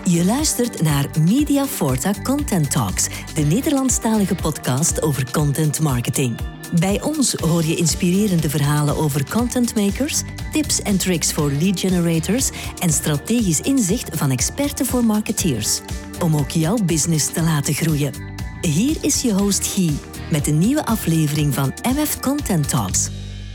Je luistert naar Media Forta Content Talks, de Nederlandstalige podcast over content marketing. Bij ons hoor je inspirerende verhalen over contentmakers, tips en tricks voor lead generators en strategisch inzicht van experten voor marketeers. Om ook jouw business te laten groeien. Hier is je host Guy met een nieuwe aflevering van MF Content Talks.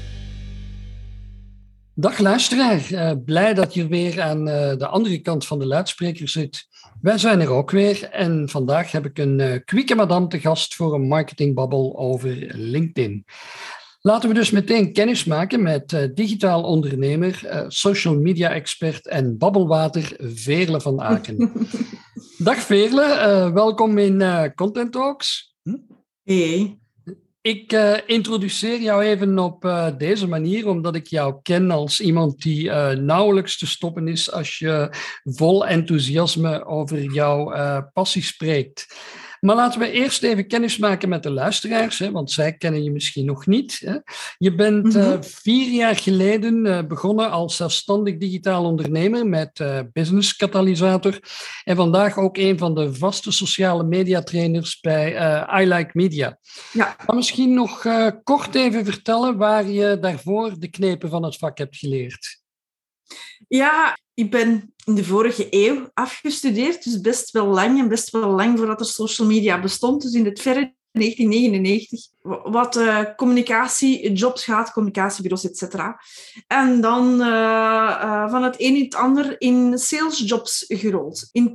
Dag luisteraar, blij dat je weer aan de andere kant van de luidspreker zit. Wij zijn er ook weer en vandaag heb ik een kwieke madame te gast voor een marketingbabbel over LinkedIn. Laten we dus meteen kennis maken met digitaal ondernemer, social media expert en babbelwater Veerle van Aken. Dag Veerle, welkom in Content Talks. Hey. Ik introduceer jou even op deze manier, omdat ik jou ken als iemand die nauwelijks te stoppen is als je vol enthousiasme over jouw passie spreekt. Maar laten we eerst even kennis maken met de luisteraars, hè, want zij kennen je misschien nog niet. Hè. Je bent 4 jaar geleden begonnen als zelfstandig digitaal ondernemer met Business Katalysator en vandaag ook een van de vaste sociale mediatrainers bij I Like Media. Ja. Maar misschien nog kort even vertellen waar je daarvoor de knepen van het vak hebt geleerd. Ja, ik ben in de vorige eeuw afgestudeerd, dus best wel lang voordat er social media bestond, dus in het verre 1999, wat communicatiejobs gaat, communicatiebureaus, etc. En dan van het een in het ander in salesjobs gerold. In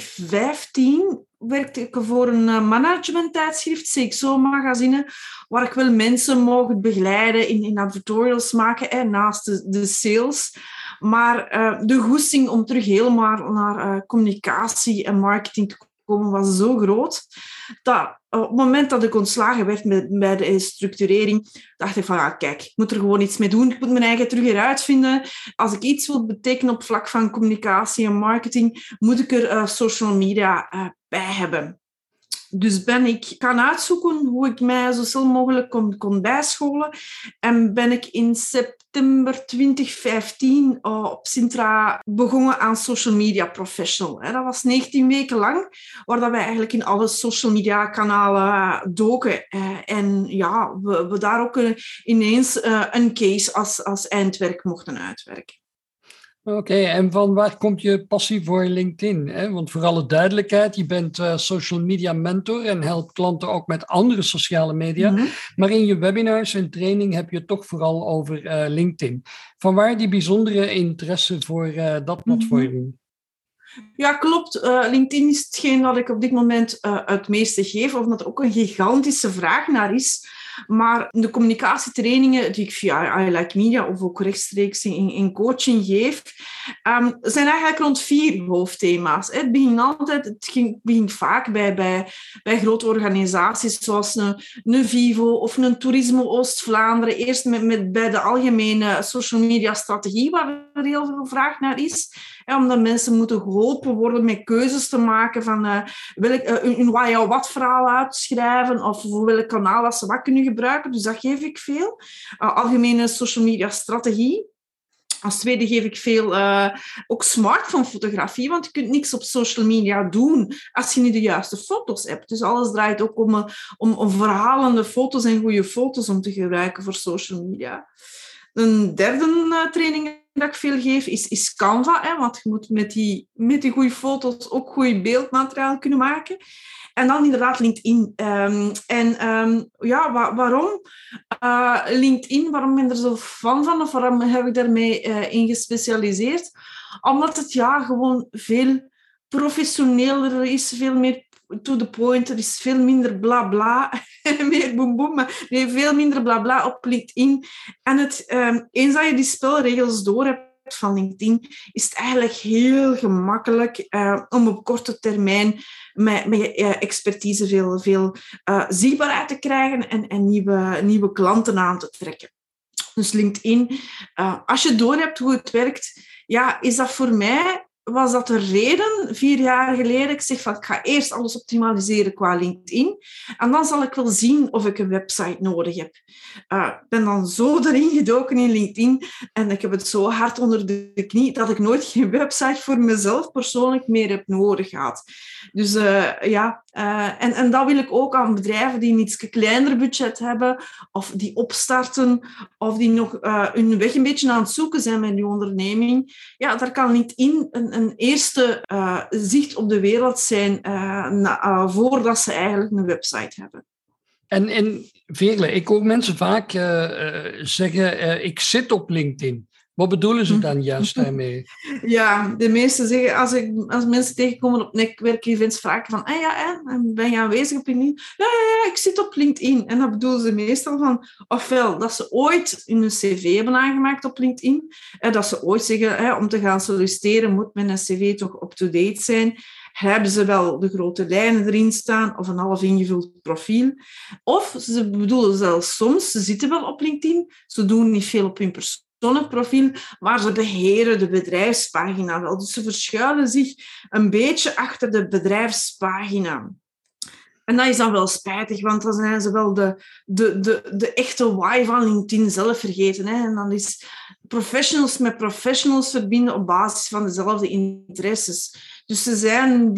2015 werkte ik voor een managementtijdschrift, CXO Magazine, waar ik wel mensen mocht begeleiden in advertorials maken, naast de sales. Maar de goesting om terug helemaal naar communicatie en marketing te komen was zo groot, dat op het moment dat ik ontslagen werd bij de structurering, dacht ik van, kijk, ik moet er gewoon iets mee doen. Ik moet mijn eigen terug eruit vinden. Als ik iets wil betekenen op vlak van communicatie en marketing, moet ik er social media bij hebben. Dus ben ik gaan uitzoeken hoe ik mij zo snel mogelijk kon bijscholen. En ben ik in september 2015 op Sintra begonnen aan social media professional. Dat was 19 weken lang, waar wij eigenlijk in alle social media kanalen doken. En ja, we daar ook ineens een case als eindwerk mochten uitwerken. Oké, en van waar komt je passie voor LinkedIn? Hè? Want voor alle duidelijkheid, je bent social media mentor en helpt klanten ook met andere sociale media. Mm-hmm. Maar in je webinars en training heb je het toch vooral over LinkedIn. Vanwaar die bijzondere interesse voor dat platform? Mm-hmm. Ja, klopt. LinkedIn is hetgeen dat ik op dit moment het meeste geef, omdat er ook een gigantische vraag naar is. Maar de communicatietrainingen die ik via I Like Media of ook rechtstreeks in coaching geef, zijn eigenlijk rond 4 hoofdthema's. Het begint vaak bij grote organisaties zoals een Vivo of een Toerismo Oost-Vlaanderen. Eerst bij de algemene social media strategie, waar er heel veel vraag naar is. Omdat mensen moeten geholpen worden met keuzes te maken van een wat verhaal uitschrijven of voor welk kanaal dat ze wat kunnen gebruiken. Dus dat geef ik veel. Algemene social media strategie. Als tweede geef ik veel ook smartphone-fotografie, want je kunt niks op social media doen als je niet de juiste foto's hebt. Dus alles draait ook om verhalende foto's en goede foto's om te gebruiken voor social media. Een derde training dat ik veel geef is Canva, want je moet met die goede foto's ook goed beeldmateriaal kunnen maken. En dan inderdaad LinkedIn. Waarom LinkedIn? Waarom ben ik er zo van? Of waarom heb ik daarmee in gespecialiseerd? Omdat het gewoon veel professioneler is, veel meer to the point. Er is veel minder blabla, meer boem boem, maar nee, veel minder blabla op LinkedIn. En eens dat je die spelregels door hebt van LinkedIn, is het eigenlijk heel gemakkelijk om op korte termijn met je expertise veel zichtbaarheid te krijgen en nieuwe klanten aan te trekken. Dus LinkedIn, als je doorhebt hoe het werkt, is dat voor mij was dat de reden, 4 jaar geleden, ik zeg van, ik ga eerst alles optimaliseren qua LinkedIn. En dan zal ik wel zien of ik een website nodig heb. Ik ben dan zo erin gedoken in LinkedIn en ik heb het zo hard onder de knie dat ik nooit geen website voor mezelf persoonlijk meer heb nodig gehad. Dus en dat wil ik ook aan bedrijven die een iets kleiner budget hebben of die opstarten of die nog hun weg een beetje aan het zoeken zijn met die onderneming. Ja, daar kan LinkedIn een eerste zicht op de wereld zijn voordat ze eigenlijk een website hebben. En Veerle, ik hoor mensen vaak zeggen, ik zit op LinkedIn. Wat bedoelen ze dan juist daarmee? Ja, de meesten zeggen, als mensen tegenkomen op netwerkevents, vragen van, ben je aanwezig op LinkedIn? Ja, ik zit op LinkedIn. En dat bedoelen ze meestal van, ofwel dat ze ooit hun cv hebben aangemaakt op LinkedIn, dat ze ooit zeggen, om te gaan solliciteren moet mijn cv toch up-to-date zijn. Hebben ze wel de grote lijnen erin staan of een half ingevuld profiel? Of ze bedoelen zelfs soms, ze zitten wel op LinkedIn, ze doen niet veel op hun persoonlijk profiel, maar ze beheren de bedrijfspagina wel. Dus ze verschuilen zich een beetje achter de bedrijfspagina. En dat is dan wel spijtig, want dan zijn ze wel de echte why van LinkedIn zelf vergeten. Hè? En dan is professionals met professionals verbinden op basis van dezelfde interesses. Dus ze zijn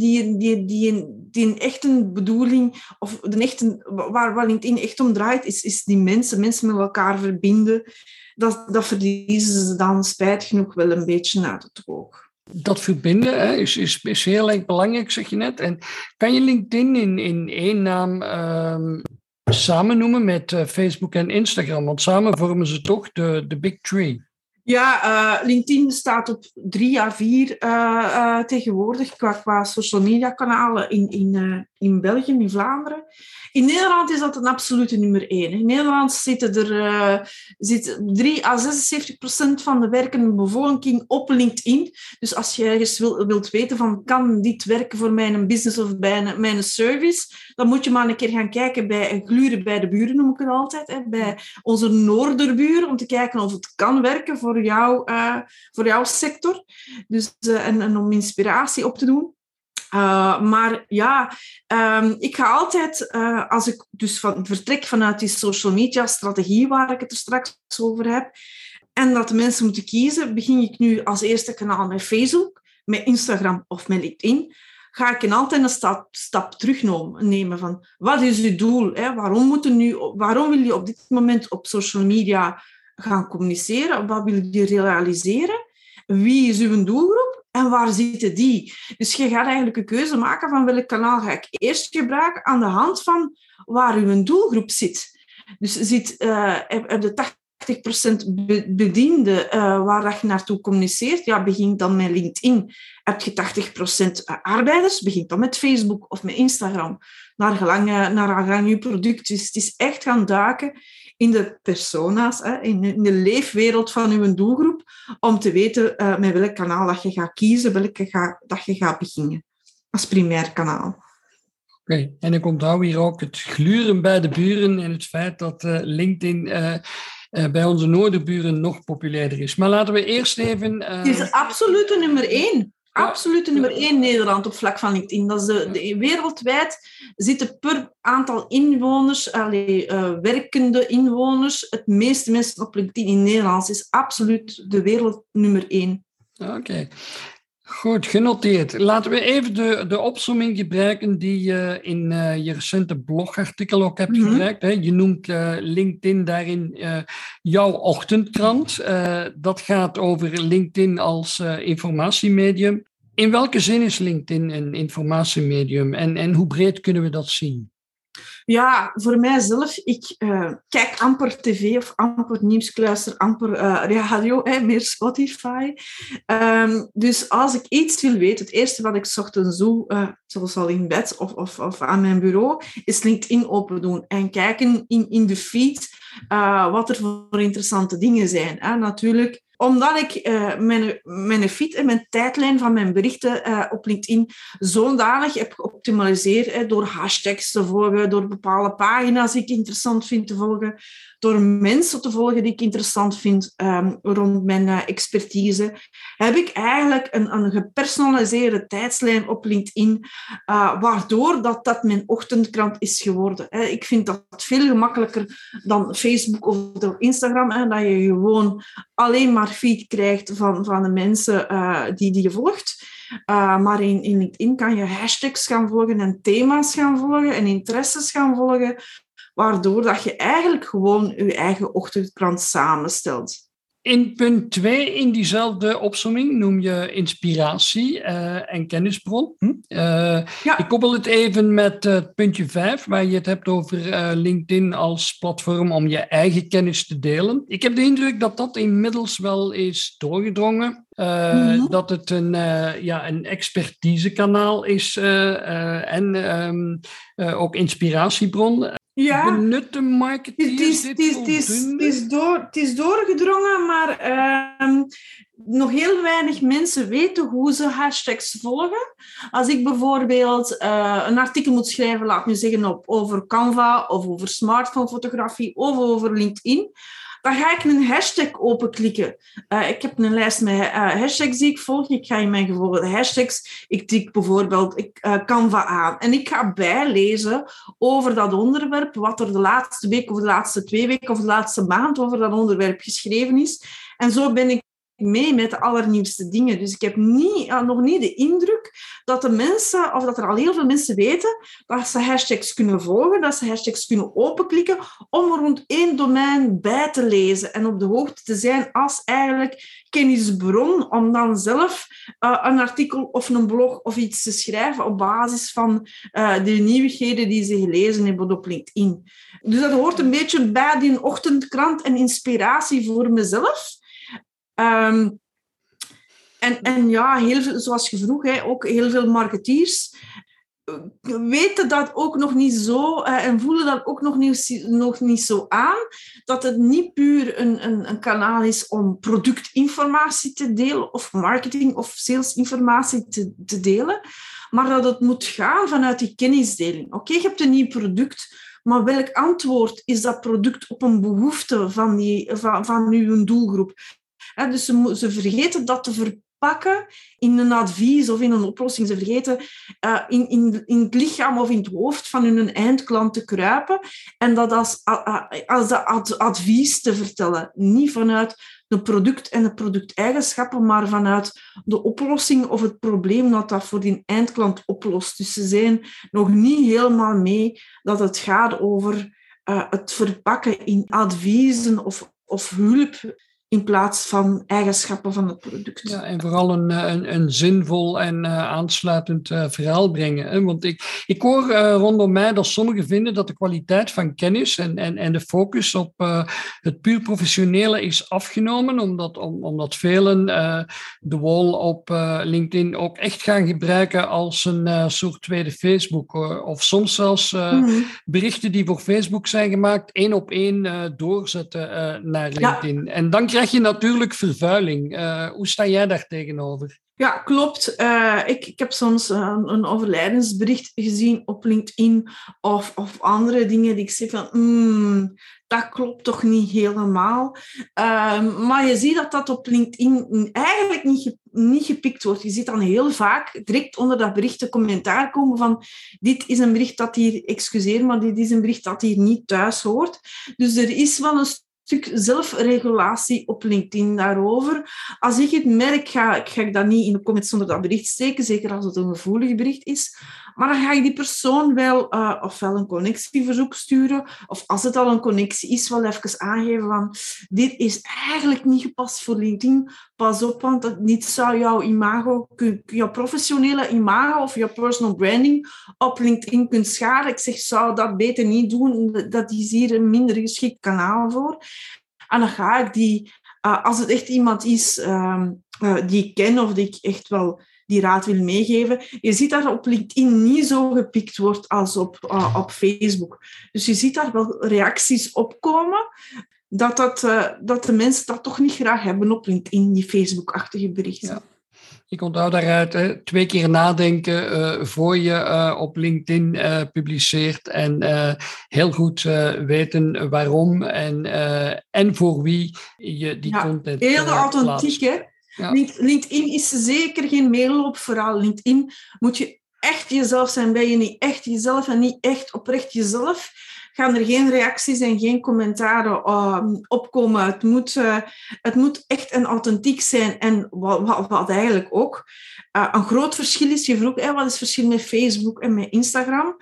die echte bedoeling, of de echte, waar LinkedIn echt om draait, is die mensen met elkaar verbinden. Dat verliezen ze dan spijtig genoeg wel een beetje uit het oog. Dat verbinden is heel erg belangrijk, zeg je net. En kan je LinkedIn in één naam samen noemen met Facebook en Instagram? Want samen vormen ze toch de Big Three. Ja, LinkedIn staat op 3 à 4 tegenwoordig qua social media kanalen in België, in Vlaanderen. In Nederland is dat een absolute nummer 1. In Nederland zit 3 à 76% van de werkende bevolking op LinkedIn. Dus als je ergens wilt weten van, kan dit werken voor mijn business of bij mijn service, dan moet je maar een keer gaan kijken gluren bij de buren, noem ik het altijd. Bij onze noorderburen, om te kijken of het kan werken voor jouw sector. Dus, en om inspiratie op te doen. Maar ja, ik ga altijd, als ik dus vertrek vanuit die social media strategie waar ik het er straks over heb, en dat de mensen moeten kiezen, begin ik nu als eerste kanaal met Facebook, met Instagram of met LinkedIn, ga ik altijd een stap terugnemen van, wat is uw doel? Hè? Waarom wil je op dit moment op social media gaan communiceren? Wat wil je realiseren? Wie is uw doelgroep? En waar zitten die? Dus je gaat eigenlijk een keuze maken van welk kanaal ga ik eerst gebruiken aan de hand van waar uw doelgroep zit. Dus heb de 80% bediende waar dat je naartoe communiceert, ja, begint dan met LinkedIn. Heb je 80% arbeiders, begint dan met Facebook of met Instagram. Naar gelang je product. Dus het is echt gaan duiken in de persona's, in de leefwereld van uw doelgroep, om te weten met welk kanaal dat je gaat kiezen, dat je gaat beginnen als primair kanaal. Oké, en ik onthoud hier ook het gluren bij de buren en het feit dat LinkedIn bij onze noorderburen nog populairder is. Maar laten we eerst even... Het is absoluut de nummer 1. Absoluut nummer 1 Nederland op vlak van LinkedIn. Dat is wereldwijd zitten per aantal inwoners, werkende inwoners, het meeste mensen op LinkedIn in Nederland is absoluut de wereld nummer 1. Oké. Goed, genoteerd. Laten we even de opsomming gebruiken die je in je recente blogartikel ook hebt gebruikt. Hè? Je noemt LinkedIn daarin jouw ochtendkrant. Dat gaat over LinkedIn als informatiemedium. In welke zin is LinkedIn een informatiemedium en hoe breed kunnen we dat zien? Ja, voor mijzelf, ik kijk amper tv of amper nieuwskluister, amper radio, meer Spotify. Dus als ik iets wil weten, het eerste wat ik 's ochtends doe, zoals al in bed of aan mijn bureau, is LinkedIn open doen en kijken in de feed wat er voor interessante dingen zijn. Natuurlijk, omdat ik mijn feed en mijn tijdlijn van mijn berichten op LinkedIn zodanig heb geoptimaliseerd door hashtags te volgen, door bepaalde pagina's die ik interessant vind te volgen, door mensen te volgen die ik interessant vind rond mijn expertise, heb ik eigenlijk een gepersonaliseerde tijdslijn op LinkedIn, waardoor dat mijn ochtendkrant is geworden. Ik vind dat veel gemakkelijker dan Facebook of door Instagram, dat je gewoon alleen maar feed krijgt van de mensen die je volgt. Maar in LinkedIn kan je hashtags gaan volgen en thema's gaan volgen en interesses gaan volgen, waardoor dat je eigenlijk gewoon je eigen ochtendkrant samenstelt. In punt 2 in diezelfde opsomming noem je inspiratie en kennisbron. Ik koppel het even met puntje 5, waar je het hebt over LinkedIn als platform om je eigen kennis te delen. Ik heb de indruk dat dat inmiddels wel is doorgedrongen. Dat het een expertisekanaal is en ook inspiratiebron. Ja, Benut de marketeers dit voldoende? Het is doorgedrongen, maar nog heel weinig mensen weten hoe ze hashtags volgen. Als ik bijvoorbeeld een artikel moet schrijven, laat me zeggen, over Canva of over smartphonefotografie of over LinkedIn, dan ga ik een hashtag openklikken. Ik heb een lijst met hashtags die ik volg. Ik ga in mijn gevolgde hashtags, ik tik bijvoorbeeld Canva aan. En ik ga bijlezen over dat onderwerp, wat er de laatste week of de laatste 2 weken of de laatste maand over dat onderwerp geschreven is. En zo ben ik mee met de allernieuwste dingen. Dus ik heb nog niet de indruk dat de mensen, of dat er al heel veel mensen weten, dat ze hashtags kunnen volgen, dat ze hashtags kunnen openklikken om rond 1 domein bij te lezen en op de hoogte te zijn als eigenlijk kennisbron om dan zelf een artikel of een blog of iets te schrijven op basis van de nieuwigheden die ze gelezen hebben op LinkedIn. Dus dat hoort een beetje bij die ochtendkrant en inspiratie voor mezelf. En ja, heel veel, zoals je vroeg, ook heel veel marketeers weten dat ook nog niet zo en voelen dat ook nog niet zo aan, dat het niet puur een kanaal is om productinformatie te delen of marketing of salesinformatie te delen, maar dat het moet gaan vanuit die kennisdeling. Oké, je hebt een nieuw product, maar welk antwoord is dat product op een behoefte van uw doelgroep? Dus ze vergeten dat te verpakken in een advies of in een oplossing. Ze vergeten in het lichaam of in het hoofd van hun eindklant te kruipen en dat als advies te vertellen. Niet vanuit het product en de producteigenschappen, maar vanuit de oplossing of het probleem dat voor die eindklant oplost. Dus ze zijn nog niet helemaal mee dat het gaat over het verpakken in adviezen of hulp in plaats van eigenschappen van het product. Ja, en vooral een zinvol en aansluitend verhaal brengen. Hè? Want ik hoor rondom mij dat sommigen vinden dat de kwaliteit van kennis en de focus op het puur professionele is afgenomen, omdat velen de wall op LinkedIn ook echt gaan gebruiken als een soort tweede Facebook. Of soms zelfs berichten die voor Facebook zijn gemaakt, 1 op 1 doorzetten naar LinkedIn. Ja. En dan krijg je natuurlijk vervuiling. Hoe sta jij daar tegenover? Ja, klopt. Ik heb soms een overlijdensbericht gezien op LinkedIn of andere dingen die ik zeg van dat klopt toch niet helemaal. Maar je ziet dat op LinkedIn eigenlijk niet gepikt wordt. Je ziet dan heel vaak direct onder dat bericht een commentaar komen van dit is een bericht dat hier, excuseer, maar dit is een bericht dat hier niet thuis hoort. Dus er is wel een stuk zelfregulatie op LinkedIn daarover. Als ik het merk, ga ik dat niet in de comments onder dat bericht steken, zeker als het een gevoelig bericht is. Maar dan ga ik die persoon wel ofwel een connectieverzoek sturen, of als het al een connectie is, wel even aangeven van dit is eigenlijk niet gepast voor LinkedIn. Pas op, want dit zou jouw imago, jouw professionele imago of jouw personal branding op LinkedIn kunnen schaden. Ik zeg, zou dat beter niet doen. Dat is hier een minder geschikt kanaal voor. En dan ga ik die, als het echt iemand is die ik ken of die ik echt wel die raad wil meegeven. Je ziet dat op LinkedIn niet zo gepikt wordt als op Facebook. Dus je ziet daar wel reacties op komen dat de mensen dat toch niet graag hebben op LinkedIn, die Facebook-achtige berichten. Ja. Ik onthoud daaruit 2 keer nadenken voor je op LinkedIn publiceert en heel goed weten waarom en voor wie je die content heel authentiek, hè? Ja. LinkedIn is zeker geen meeloopverhaal. LinkedIn moet je echt jezelf zijn. Ben je niet echt jezelf en niet echt oprecht jezelf, gaan er geen reacties en geen commentaren opkomen. Het moet echt en authentiek zijn. En wat eigenlijk ook een groot verschil is, je vroeg, wat is het verschil met Facebook en met Instagram?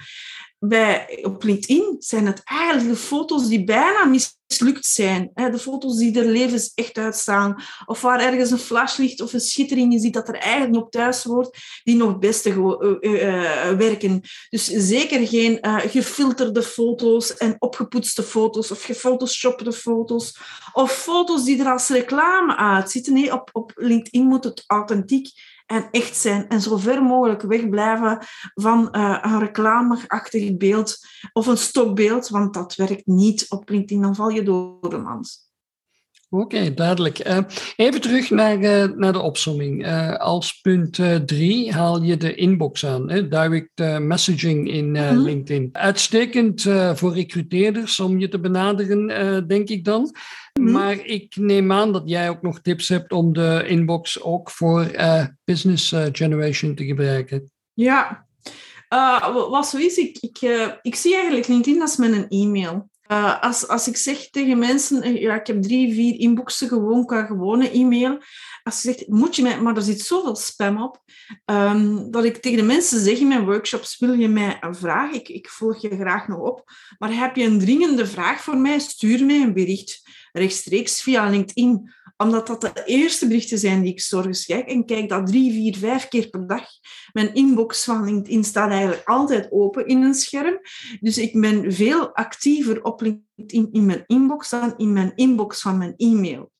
Op LinkedIn zijn het eigenlijk de foto's die bijna mislukt zijn. De foto's die er levens echt uitstaan. Of waar ergens een flashlicht of een schittering je ziet dat er eigenlijk niet op thuis wordt, die nog het beste werken. Dus zeker geen gefilterde foto's en opgepoetste foto's of gefotoshopte foto's. Of foto's die er als reclame uitzitten. Nee, op LinkedIn moet het authentiek en echt zijn. En zo ver mogelijk wegblijven van een reclameachtig beeld of een stokbeeld, want dat werkt niet op LinkedIn. Dan val je door de mand. Oké, duidelijk. Even terug naar de opsomming. Als punt 3 haal je de inbox aan. Direct messaging in LinkedIn. Uitstekend voor recruteerders om je te benaderen, denk ik dan. Maar ik neem aan dat jij ook nog tips hebt om de inbox ook voor business generation te gebruiken. Ja, wat zo is, ik zie eigenlijk LinkedIn als met een e-mail. Als ik zeg tegen mensen, ik heb 3, 4 inboxen gewoon qua gewone e-mail. Als je zegt, moet je mij, maar er zit zoveel spam op, dat ik tegen de mensen zeg in mijn workshops, wil je mij een vraag? Ik volg je graag nog op. Maar heb je een dringende vraag voor mij? Stuur mij een bericht rechtstreeks via LinkedIn. Omdat dat de eerste berichten zijn die ik zorgens kijk. En kijk dat 3, 4, 5 keer per dag. Mijn inbox van LinkedIn staat eigenlijk altijd open in een scherm. Dus ik ben veel actiever op LinkedIn in mijn inbox dan in mijn inbox van mijn e-mail.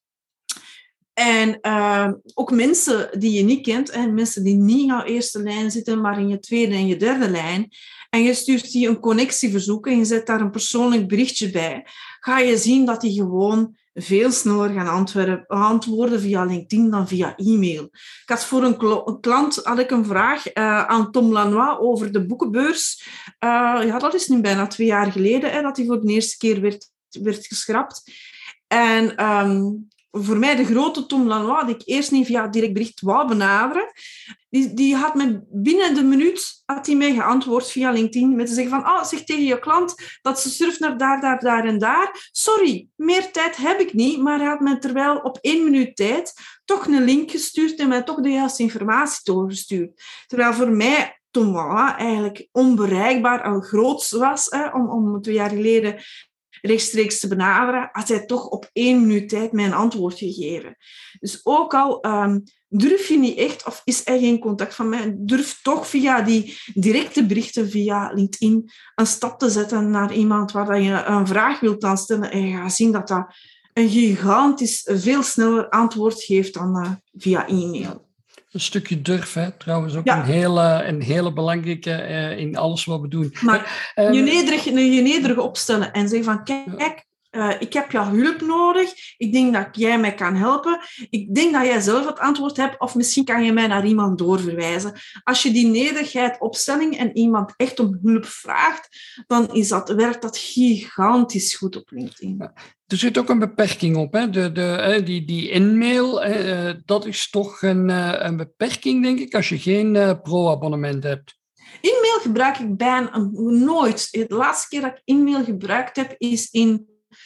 En ook mensen die je niet kent, mensen die niet in jouw eerste lijn zitten, maar in je tweede en je derde lijn, en je stuurt die een connectieverzoek en je zet daar een persoonlijk berichtje bij, ga je zien dat die gewoon veel sneller gaan antwoorden via LinkedIn dan via e-mail. Ik had voor een klant een vraag aan Tom Lanois over de boekenbeurs. Dat is nu bijna 2 jaar geleden dat die voor de eerste keer werd geschrapt. En voor mij de grote Tom Lanois, die ik eerst niet via direct bericht wou benaderen, die had me binnen de minuut mij geantwoord via LinkedIn met te zeggen van, zeg tegen je klant dat ze surft naar daar en daar. Sorry, meer tijd heb ik niet, maar hij had me terwijl op 1 minuut tijd toch een link gestuurd en mij toch de juiste informatie doorgestuurd. Terwijl voor mij Tom Lanois eigenlijk onbereikbaar al groots was om 2 jaar geleden rechtstreeks te benaderen, had hij toch op 1 minuut tijd mij een antwoord gegeven. Dus ook al durf je niet echt, of is er geen contact van mij, durf toch via die directe berichten via LinkedIn een stap te zetten naar iemand waar je een vraag wilt aanstellen en je gaat zien dat dat een gigantisch, veel sneller antwoord geeft dan via e-mail. Een stukje durf, trouwens ook een hele belangrijke in alles wat we doen. Maar je nederig opstellen en zeggen van, kijk, ik heb jouw hulp nodig. Ik denk dat jij mij kan helpen. Ik denk dat jij zelf het antwoord hebt, of misschien kan je mij naar iemand doorverwijzen. Als je die nederigheid opstelling en iemand echt om hulp vraagt, dan werkt dat gigantisch goed op LinkedIn. Ja. Er zit ook een beperking op. Die in-mail, dat is toch een beperking, denk ik, als je geen pro-abonnement hebt. E-mail gebruik ik bijna nooit. De laatste keer dat ik e-mail gebruikt heb, is in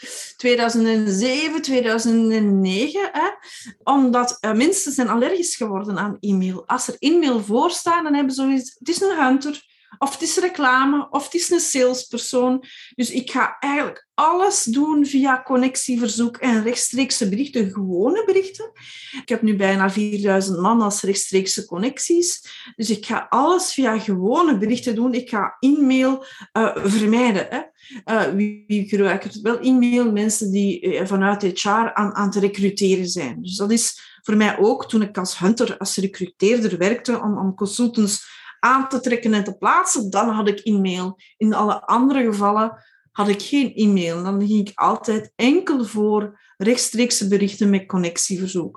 2007, 2009. Omdat mensen zijn allergisch geworden aan e-mail. Als er e-mail voor staat, dan hebben ze zoiets, het is een hunter, of het is reclame, of het is een salespersoon. Dus ik ga eigenlijk alles doen via connectieverzoek en rechtstreekse berichten, gewone berichten. Ik heb nu bijna 4000 man als rechtstreekse connecties. Dus ik ga alles via gewone berichten doen. Ik ga e-mail vermijden. Wie gebruikt wel e-mail? Mensen die vanuit HR aan het recruteren zijn. Dus dat is voor mij ook, toen ik als hunter, als recruteerder werkte, om consultants aan te trekken en te plaatsen, dan had ik e-mail. In alle andere gevallen had ik geen e-mail. Dan ging ik altijd enkel voor rechtstreekse berichten met connectieverzoeken.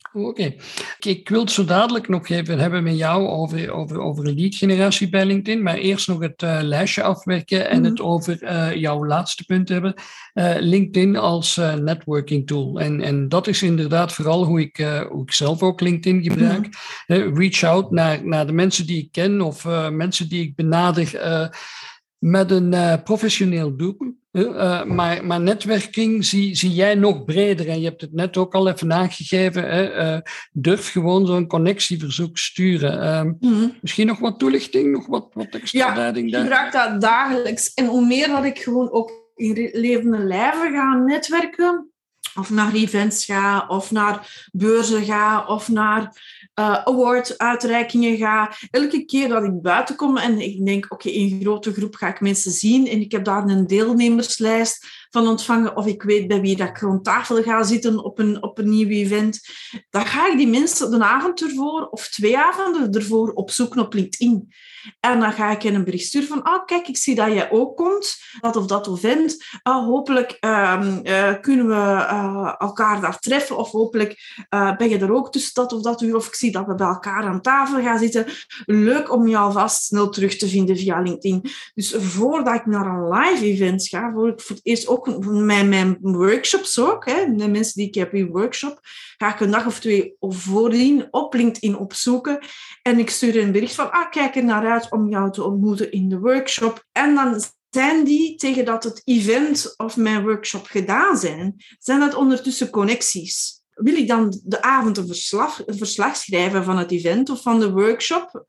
Oké. Ik wil het zo dadelijk nog even hebben met jou over lead generatie bij LinkedIn, maar eerst nog het lijstje afwerken en het over jouw laatste punt hebben. LinkedIn als networking tool. En dat is inderdaad vooral hoe ik zelf ook LinkedIn gebruik. Reach out naar de mensen die ik ken of mensen die ik benader met een professioneel doel. Maar netwerking zie jij nog breder. En je hebt het net ook al even aangegeven. Durf gewoon zo'n connectieverzoek sturen. Misschien nog wat toelichting, nog wat extra duiding daar? Ik gebruik dat dagelijks. En hoe meer dat ik gewoon ook in levende lijven ga netwerken, of naar events ga, of naar beurzen ga, of naar award-uitreikingen ga. Elke keer dat ik buiten kom en ik denk, oké, in grote groep ga ik mensen zien en ik heb daar een deelnemerslijst van ontvangen, of ik weet bij wie dat ik rond tafel ga zitten op een nieuw event, dan ga ik die mensen de avond ervoor of 2 avonden ervoor opzoeken op LinkedIn. En dan ga ik in een bericht sturen van, kijk, ik zie dat jij ook komt, dat of dat event. Hopelijk kunnen we elkaar daar treffen, of hopelijk ben je er ook tussen dat of dat uur, of ik zie dat we bij elkaar aan tafel gaan zitten. Leuk om je alvast snel terug te vinden via LinkedIn. Dus voordat ik naar een live event ga, voor het eerst ook mijn workshops ook, de mensen die ik heb in workshop, ga ik een dag of 2 voordien op LinkedIn opzoeken. En ik stuur een bericht van, kijk er naar uit om jou te ontmoeten in de workshop. En dan zijn die, tegen dat het event of mijn workshop gedaan zijn dat ondertussen connecties. Wil ik dan de avond een verslag schrijven van het event of van de workshop,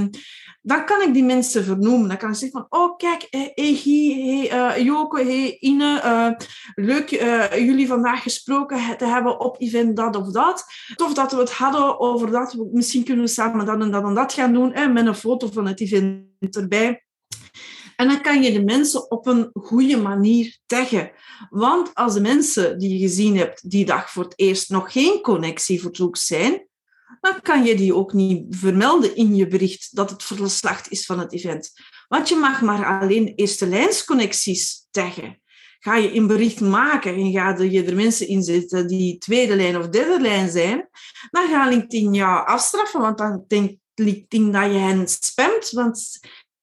dan kan ik die mensen vernoemen. Dan kan ik zeggen van, kijk, hey Guy, hey Joke, hey Ine, leuk jullie vandaag gesproken te hebben op event dat of dat. Tof dat we het hadden over dat. Misschien kunnen we samen dat en dat en dat gaan doen, met een foto van het event erbij. En dan kan je de mensen op een goede manier taggen. Want als de mensen die je gezien hebt die dag voor het eerst nog geen connectieverzoek zijn, dan kan je die ook niet vermelden in je bericht dat het verslag is van het event. Want je mag maar alleen eerste lijnsconnecties taggen. Ga je een bericht maken en ga je er mensen in zetten die tweede lijn of derde lijn zijn, dan gaat LinkedIn jou afstraffen, want dan denkt LinkedIn dat je hen spamt, want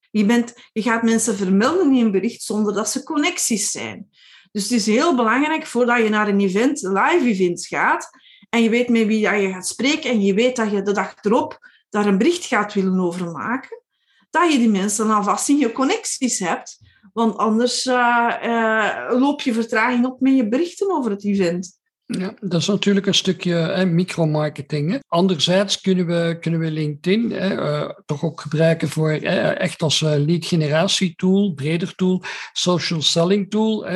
je gaat mensen vermelden in een bericht zonder dat ze connecties zijn. Dus het is heel belangrijk, voordat je naar een event, live event gaat, en je weet met wie je gaat spreken, en je weet dat je de dag erop daar een bericht gaat willen over maken, dat je die mensen alvast in je connecties hebt, want anders loop je vertraging op met je berichten over het event. Ja, dat is natuurlijk een stukje micromarketing. Hè. Anderzijds kunnen we LinkedIn toch ook gebruiken voor echt als lead generatie tool, breder tool, social selling tool.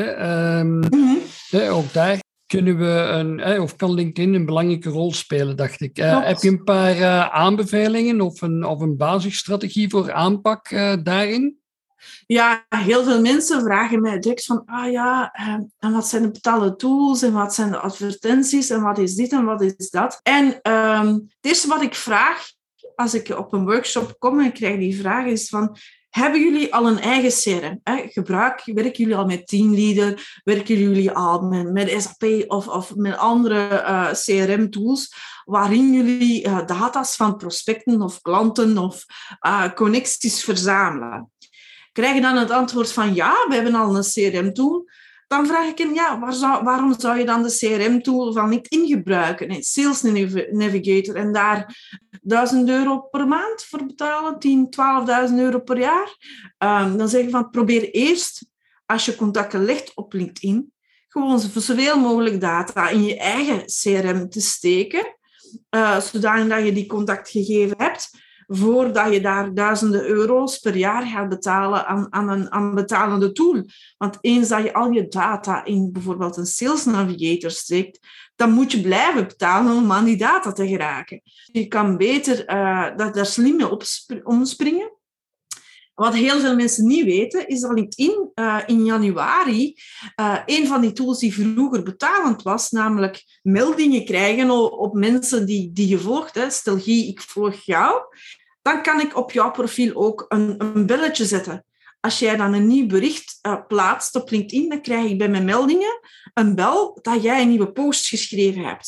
Ook daar kunnen we of kan LinkedIn een belangrijke rol spelen, dacht ik. Heb je een paar aanbevelingen of een basisstrategie voor aanpak daarin? Ja, heel veel mensen vragen mij direct van, en wat zijn de betaalde tools en wat zijn de advertenties en wat is dit en wat is dat? En het eerste wat ik vraag als ik op een workshop kom en ik krijg die vraag is van, hebben jullie al een eigen CRM? Werken jullie al met Teamleader? Werken jullie al met SAP of met andere CRM-tools waarin jullie data's van prospecten of klanten of connecties verzamelen? Krijg je dan het antwoord van ja, we hebben al een CRM-tool, dan vraag ik hen, waarom zou je dan de CRM-tool van LinkedIn gebruiken? Nee, Sales Navigator en daar €1.000 per maand voor betalen, 10.000, 12.000 € per jaar. Dan zeg je van, probeer eerst, als je contacten legt op LinkedIn, gewoon zoveel mogelijk data in je eigen CRM te steken, zodat je die contactgegevens hebt, voordat je daar duizenden euro's per jaar gaat betalen aan een betalende tool. Want eens dat je al je data in bijvoorbeeld een Sales Navigator steekt, dan moet je blijven betalen om aan die data te geraken. Je kan beter daar slim mee omspringen. Wat heel veel mensen niet weten, is dat LinkedIn in januari een van die tools die vroeger betalend was, namelijk meldingen krijgen op mensen die je volgt. Hè. Stel, Guy, ik volg jou. Dan kan ik op jouw profiel ook een belletje zetten. Als jij dan een nieuw bericht plaatst op LinkedIn, dan krijg ik bij mijn meldingen een bel dat jij een nieuwe post geschreven hebt.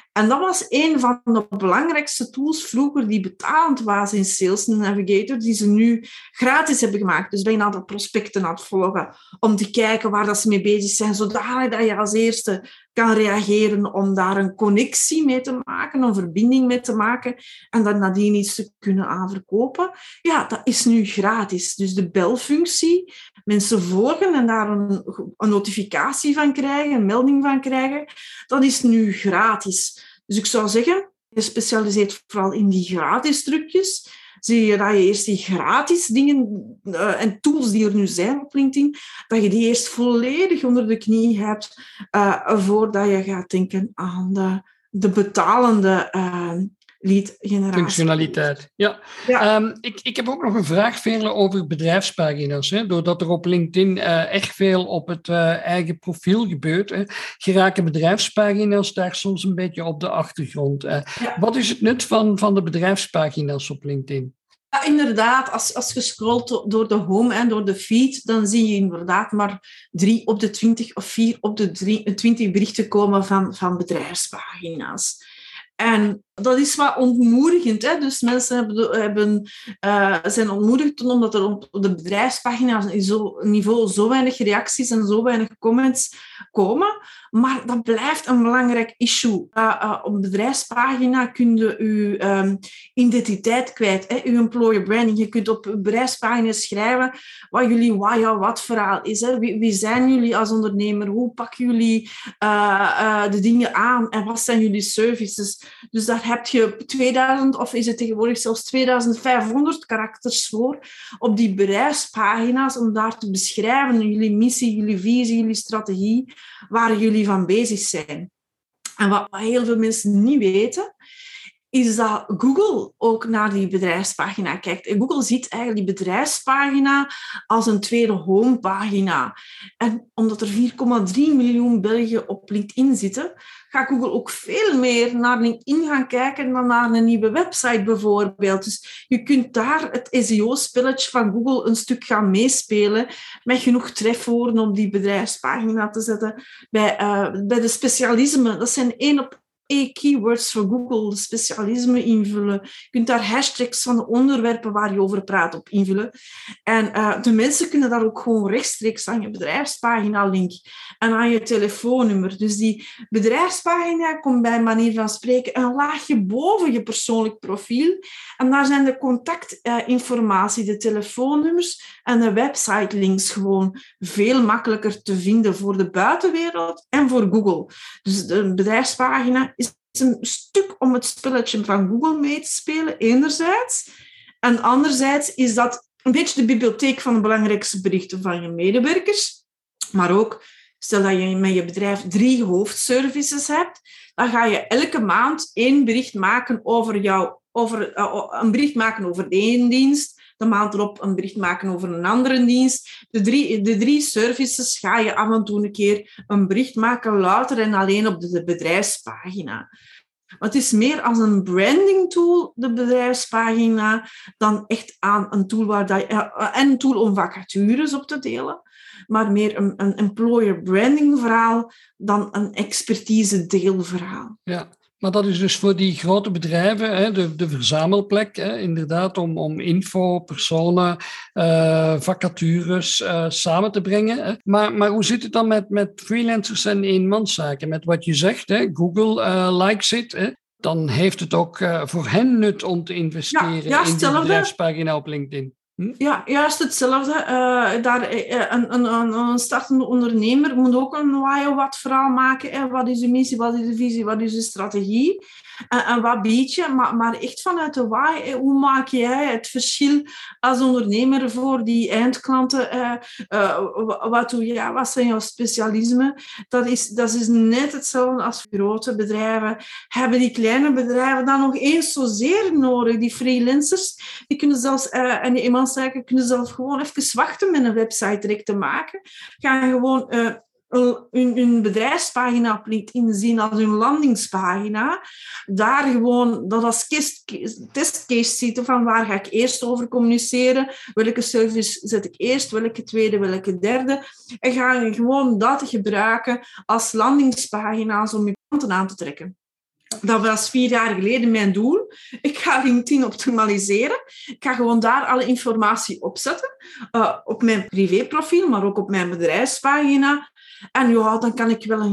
En dat was een van de belangrijkste tools vroeger die betalend was in Sales Navigator, die ze nu gratis hebben gemaakt. Dus ben je een aantal prospecten aan het volgen om te kijken waar dat ze mee bezig zijn, zodat je als eerste kan reageren om daar een connectie mee te maken, een verbinding mee te maken en dan nadien iets te kunnen aanverkopen. Ja, dat is nu gratis. Dus de belfunctie, mensen volgen en daar een notificatie van krijgen, een melding van krijgen, dat is nu gratis. Dus ik zou zeggen, je specialiseert vooral in die gratis trucjes. Zie je dat je eerst die gratis dingen en tools die er nu zijn op LinkedIn, dat je die eerst volledig onder de knie hebt voordat je gaat denken aan de betalende lead-generatie. Functionaliteit, ja. Ik heb ook nog een vraag, Veerle, over bedrijfspagina's. Hè. Doordat er op LinkedIn echt veel op het eigen profiel gebeurt, geraken bedrijfspagina's daar soms een beetje op de achtergrond. Wat is het nut van de bedrijfspagina's op LinkedIn? Ja, inderdaad. Als je scrolt door de home en door de feed, dan zie je inderdaad maar 3 op de 20 of 4 op de 20 berichten komen van bedrijfspagina's. En dat is wat ontmoedigend. Hè? Dus mensen zijn ontmoedigd omdat er op de bedrijfspagina niveau zo weinig reacties en zo weinig comments komen. Maar dat blijft een belangrijk issue. Op de bedrijfspagina kun je je identiteit kwijt. Hè? Je employer branding. Je kunt op een bedrijfspagina schrijven wat jullie wat verhaal is. Hè? Wie zijn jullie als ondernemer? Hoe pakken jullie de dingen aan? En wat zijn jullie services? Dus daar heb je 2000 of is het tegenwoordig zelfs 2500 karakters voor op die bedrijfspagina's om daar te beschrijven jullie missie, jullie visie, jullie strategie, waar jullie van bezig zijn. En wat heel veel mensen niet weten, is dat Google ook naar die bedrijfspagina kijkt. En Google ziet eigenlijk die bedrijfspagina als een tweede homepagina. En omdat er 4,3 miljoen Belgen op LinkedIn zitten, gaat Google ook veel meer naar LinkedIn gaan kijken dan naar een nieuwe website bijvoorbeeld. Dus je kunt daar het SEO-spelletje van Google een stuk gaan meespelen met genoeg trefwoorden op die bedrijfspagina te zetten. Bij de specialismen, dat zijn 1 op keywords voor Google, de specialismen invullen. Je kunt daar hashtags van de onderwerpen waar je over praat op invullen. En de mensen kunnen daar ook gewoon rechtstreeks aan je bedrijfspagina link en aan je telefoonnummer. Dus die bedrijfspagina komt bij manier van spreken een laagje boven je persoonlijk profiel. En daar zijn de contactinformatie, de telefoonnummers en de website links gewoon veel makkelijker te vinden voor de buitenwereld en voor Google. Dus de bedrijfspagina is een stuk om het spelletje van Google mee te spelen, enerzijds. En anderzijds is dat een beetje de bibliotheek van de belangrijkste berichten van je medewerkers. Maar ook, stel dat je met je bedrijf 3 hoofdservices hebt, dan ga je elke maand 1 bericht maken een bericht maken over de ene dienst, de maand erop een bericht maken over een andere dienst. De drie services ga je af en toe een keer een bericht maken, louter en alleen op de bedrijfspagina. Maar het is meer als een branding tool, de bedrijfspagina, dan echt aan een tool, een tool om vacatures op te delen, maar meer een employer branding verhaal dan een expertise deelverhaal. Ja. Maar dat is dus voor die grote bedrijven, hè, de verzamelplek, hè, inderdaad, om info, personen, vacatures samen te brengen. Hè. Maar hoe zit het dan met freelancers en eenmanszaken? Met wat je zegt, hè, Google likes it, hè, dan heeft het ook voor hen nut om te investeren in die bedrijfspagina op LinkedIn. Ja, juist hetzelfde. Een startende ondernemer moet ook een wat verhaal maken. Wat is de missie, wat is de visie, wat is de strategie? En wat bied je? Maar echt vanuit de why, hoe maak jij het verschil als ondernemer voor die eindklanten? Wat doe je? Wat zijn jouw specialismen? Dat is net hetzelfde als grote bedrijven. Hebben die kleine bedrijven dan nog eens zozeer nodig? Die freelancers, die kunnen zelfs, en die eenmanszaken kunnen zelf gewoon even wachten met een website direct te maken. Gaan gewoon hun bedrijfspagina op LinkedIn zien als hun landingspagina. Daar gewoon dat als testcase zitten van waar ga ik eerst over communiceren, welke service zet ik eerst, welke tweede, welke derde. En ga je gewoon dat gebruiken als landingspagina's om je klanten aan te trekken. Dat was 4 jaar geleden mijn doel. Ik ga LinkedIn optimaliseren. Ik ga gewoon daar alle informatie op zetten. Op mijn privéprofiel, maar ook op mijn bedrijfspagina. En ja, dan kan ik wel een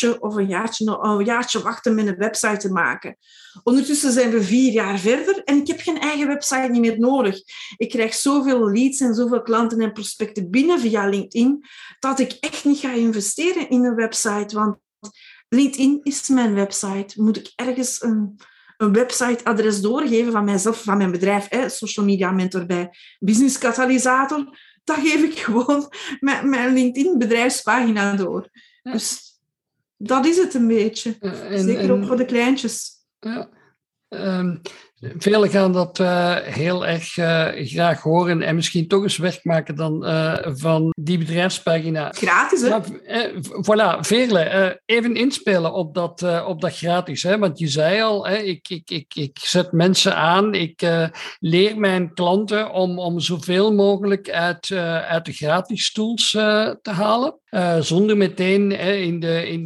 jaartje wachten met een website te maken. Ondertussen zijn we 4 jaar verder en ik heb geen eigen website niet meer nodig. Ik krijg zoveel leads en zoveel klanten en prospecten binnen via LinkedIn, dat ik echt niet ga investeren in een website. Want LinkedIn is mijn website. Moet ik ergens een websiteadres doorgeven van mijzelf, van mijn bedrijf, Social Media Mentor bij Business Katalysator, dan geef ik gewoon mijn LinkedIn-bedrijfspagina door. Ja. Dus dat is het een beetje. Zeker ook voor de kleintjes. Ja. Velen gaan dat heel erg graag horen en misschien toch eens werk maken dan van die bedrijfspagina. Gratis, hè? Maar, voilà, Veerle, even inspelen op dat gratis. Hè? Want je zei al, ik zet mensen aan, ik leer mijn klanten om zoveel mogelijk uit de gratis tools te halen. Zonder meteen in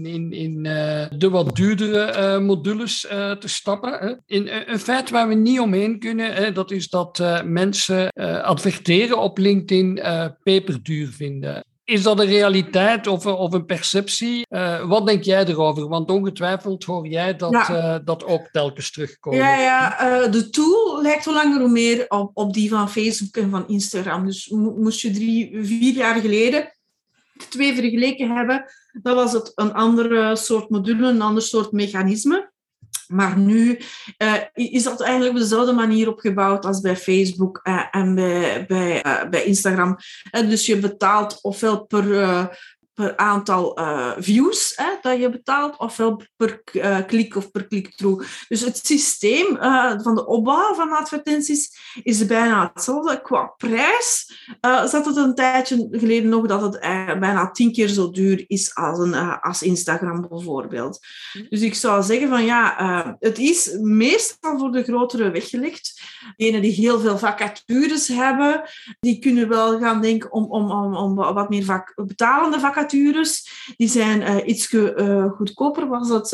de wat duurdere modules te stappen. Een feit waar we niet omheen kunnen, dat is dat mensen adverteren op LinkedIn peperduur vinden. Is dat een realiteit of een perceptie? Wat denk jij erover? Want ongetwijfeld hoor jij dat ook telkens terugkomen. Ja, de tool lijkt hoe langer hoe meer op die van Facebook en van Instagram. Dus moest je 3-4 jaar geleden 2 vergeleken hebben, dan was het een andere soort module, een ander soort mechanisme. Maar nu is dat eigenlijk op dezelfde manier opgebouwd als bij Facebook en bij Instagram. Dus je betaalt ofwel per aantal views dat je betaalt, ofwel per klik of per click-through. Dus het systeem van de opbouw van advertenties is bijna hetzelfde. Qua prijs zat het een tijdje geleden nog dat het bijna 10 keer zo duur is als Instagram bijvoorbeeld. Dus ik zou zeggen van het is meestal voor de grotere weggelegd. Degenen die heel veel vacatures hebben, die kunnen wel gaan denken om wat meer betalende vacatures. Die zijn iets goedkoper. Was het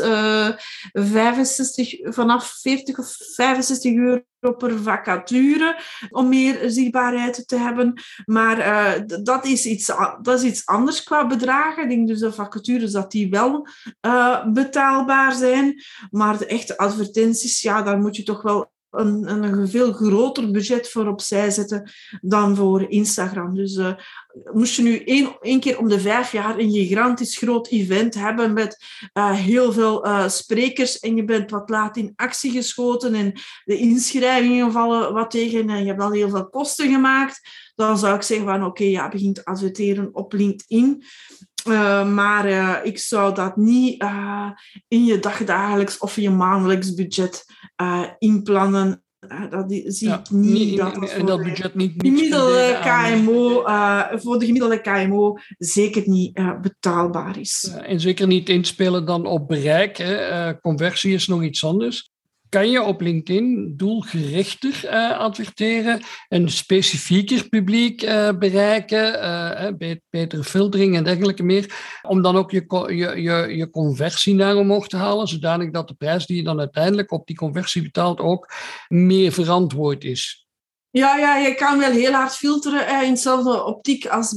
65, vanaf 40 of 65 euro per vacature om meer zichtbaarheid te hebben. Maar dat is iets anders qua bedragen. Ik denk dus de vacatures dat die wel betaalbaar zijn. Maar de echte advertenties, daar moet je toch wel een veel groter budget voor opzij zetten dan voor Instagram. Dus moest je nu één keer om de 5 jaar een gigantisch groot event hebben met heel veel sprekers en je bent wat laat in actie geschoten en de inschrijvingen vallen wat tegen en je hebt al heel veel kosten gemaakt, dan zou ik zeggen van begin te adverteren op LinkedIn. Maar ik zou dat niet in je dagdagelijks of in je maandelijks budget inplannen. Dat zie ik niet. Dat budget niet gemiddelde KMO, voor de gemiddelde KMO zeker niet betaalbaar is. En zeker niet inspelen dan op bereik. Conversie is nog iets anders. Kan je op LinkedIn doelgerichter adverteren, een specifieker publiek bereiken, betere filtering en dergelijke meer, om dan ook je conversie naar omhoog te halen, zodanig dat de prijs die je dan uiteindelijk op die conversie betaalt ook meer verantwoord is? Ja, je kan wel heel hard filteren in dezelfde optiek als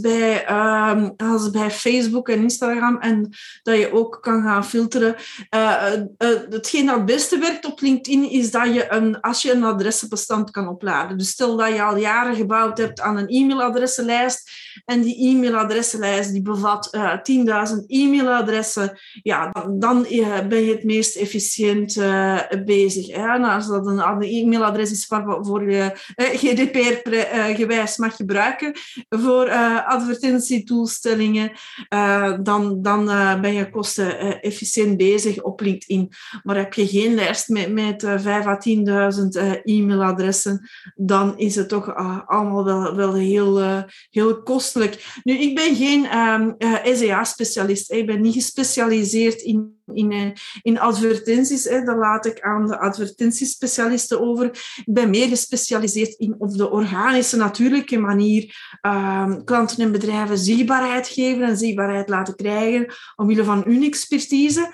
bij Facebook en Instagram. En dat je ook kan gaan filteren. Hetgeen dat het beste werkt op LinkedIn is dat je als je een adressenbestand kan opladen. Dus stel dat je al jaren gebouwd hebt aan een e-mailadressenlijst en die e-mailadressenlijst die bevat 10.000 e-mailadressen. Ja, dan ben je het meest efficiënt bezig. En als dat een e-mailadres is waarvoor je GDPR-gewijs mag gebruiken voor advertentietoelstellingen, dan ben je kosten-efficiënt bezig op LinkedIn. Maar heb je geen lijst met 5.000 à 10.000 e-mailadressen, dan is het toch allemaal wel heel kostelijk. Nu, ik ben geen SEA-specialist. Ik ben niet gespecialiseerd in advertenties. Dat laat ik aan de advertentiespecialisten over. Ik ben meer gespecialiseerd in op de organische, natuurlijke manier klanten en bedrijven zichtbaarheid geven en zichtbaarheid laten krijgen omwille van hun expertise.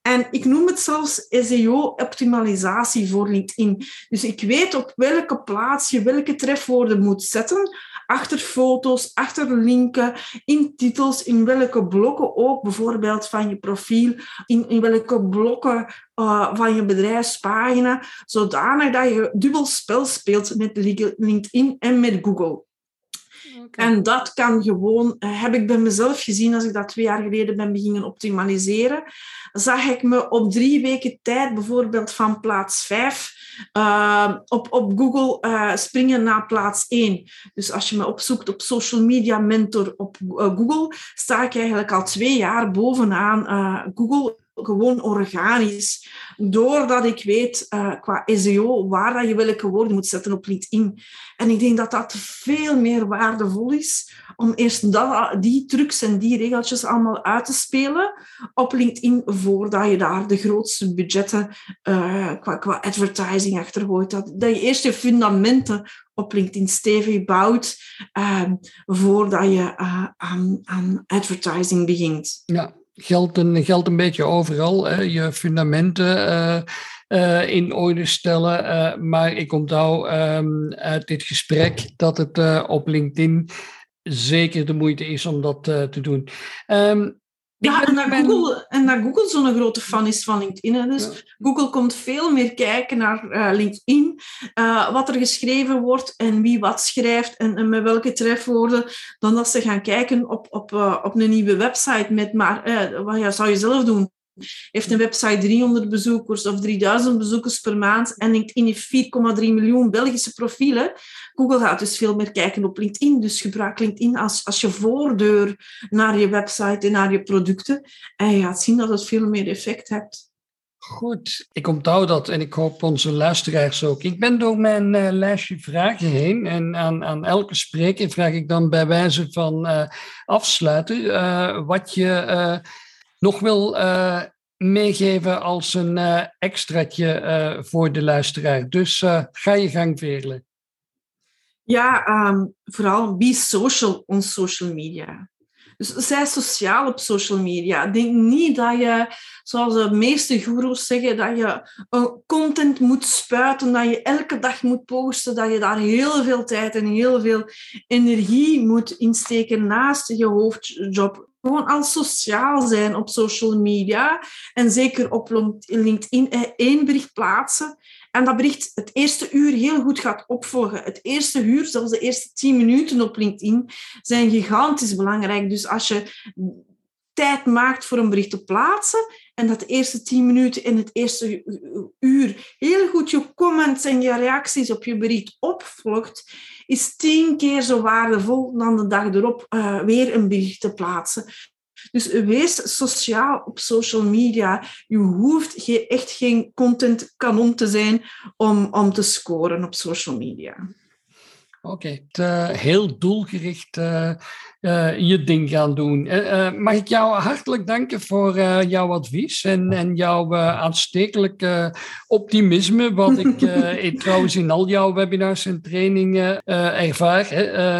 En ik noem het zelfs SEO-optimalisatie voor LinkedIn. Dus ik weet op welke plaats je welke trefwoorden moet zetten. Achter foto's, achter linken, in titels, in welke blokken ook, bijvoorbeeld van je profiel, in welke blokken van je bedrijfspagina, zodanig dat je dubbel spel speelt met LinkedIn en met Google. Okay. En dat kan gewoon, heb ik bij mezelf gezien als ik dat 2 jaar geleden ben beginnen optimaliseren, zag ik me op 3 weken tijd bijvoorbeeld van plaats 5 op Google springen naar plaats 1. Dus als je me opzoekt op Social Media Mentor op Google, sta ik eigenlijk al 2 jaar bovenaan Google, gewoon organisch, doordat ik weet qua SEO waar dat je welke woorden moet zetten op LinkedIn. En ik denk dat dat veel meer waardevol is om eerst die trucs en die regeltjes allemaal uit te spelen op LinkedIn voordat je daar de grootste budgetten qua advertising achter gooit. Dat je eerst je fundamenten op LinkedIn stevig bouwt voordat je aan advertising begint. Ja. Geldt een beetje overal, hè? Je fundamenten in orde stellen. Maar ik onthoud uit dit gesprek dat het op LinkedIn zeker de moeite is om dat te doen. En dat Google zo'n grote fan is van LinkedIn. Hè. Dus ja. Google komt veel meer kijken naar LinkedIn, wat er geschreven wordt en wie wat schrijft en met welke trefwoorden, dan dat ze gaan kijken op een nieuwe website met wat zou je zelf doen? Heeft een website 300 bezoekers of 3000 bezoekers per maand en LinkedIn heeft 4,3 miljoen Belgische profielen. Google gaat dus veel meer kijken op LinkedIn. Dus gebruik LinkedIn als je voordeur naar je website en naar je producten. En je gaat zien dat het veel meer effect hebt. Goed, ik onthoud dat en ik hoop onze luisteraars ook. Ik ben door mijn lijstje vragen heen en aan elke spreker vraag ik dan bij wijze van afsluiten wat je nog wil meegeven als een extraatje voor de luisteraar. Dus ga je gang, Veerle. Ja, vooral be social on social media. Dus zij sociaal op social media. Denk niet dat je, zoals de meeste goeroes zeggen, dat je content moet spuiten, dat je elke dag moet posten, dat je daar heel veel tijd en heel veel energie moet insteken naast je hoofdjob. Gewoon al sociaal zijn op social media en zeker op LinkedIn 1 bericht plaatsen. En dat bericht het eerste uur heel goed gaat opvolgen. Het eerste uur, zelfs de eerste 10 minuten op LinkedIn, zijn gigantisch belangrijk. Dus als je tijd maakt voor een bericht te plaatsen en dat de eerste 10 minuten en het eerste uur heel goed je comments en je reacties op je bericht opvolgt, is 10 keer zo waardevol dan de dag erop weer een bericht te plaatsen. Dus wees sociaal op social media. Je hoeft echt geen contentkanon te zijn om te scoren op social media. Oké, heel doelgericht je ding gaan doen. Mag ik jou hartelijk danken voor jouw advies en jouw aanstekelijke optimisme, wat ik trouwens in al jouw webinars en trainingen ervaar.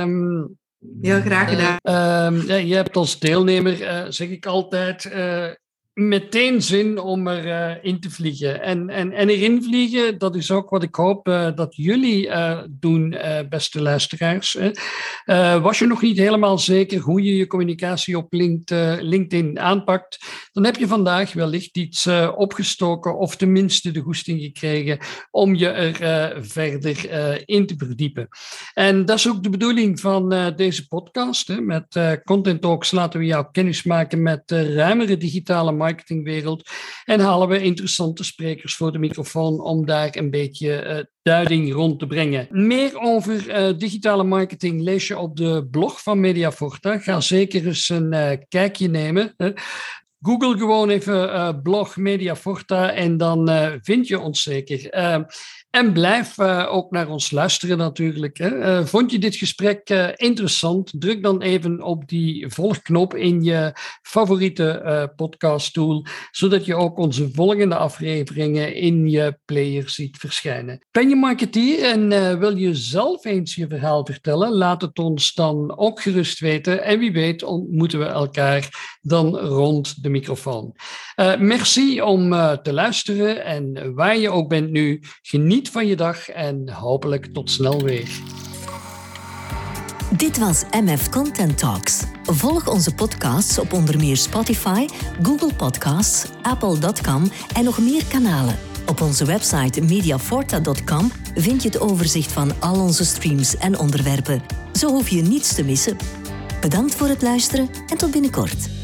Heel graag gedaan. Je hebt als deelnemer, zeg ik altijd, meteen zin om erin te vliegen. En erin vliegen, dat is ook wat ik hoop dat jullie doen, beste luisteraars. Was je nog niet helemaal zeker hoe je je communicatie op LinkedIn aanpakt, dan heb je vandaag wellicht iets opgestoken of tenminste de goesting gekregen om je er verder in te verdiepen. En dat is ook de bedoeling van deze podcast. Hè. Met Content Talks laten we jou kennis maken met de ruimere digitale marketingwereld en halen we interessante sprekers voor de microfoon om daar een beetje duiding rond te brengen. Meer over digitale marketing lees je op de blog van Mediaforta. Ga zeker eens een kijkje nemen. Google gewoon even blog Mediaforta en dan vind je ons zeker. En blijf ook naar ons luisteren natuurlijk. Hè. Vond je dit gesprek interessant? Druk dan even op die volgknop in je favoriete podcasttool, zodat je ook onze volgende afleveringen in je player ziet verschijnen. Ben je marketeer en wil je zelf eens je verhaal vertellen? Laat het ons dan ook gerust weten. En wie weet ontmoeten we elkaar dan rond de microfoon. Merci om te luisteren. En waar je ook bent nu, geniet van je dag en hopelijk tot snel weer. Dit was MF Content Talks. Volg onze podcasts op onder meer Spotify, Google Podcasts, Apple.com en nog meer kanalen. Op onze website mediaforta.com vind je het overzicht van al onze streams en onderwerpen. Zo hoef je niets te missen. Bedankt voor het luisteren en tot binnenkort.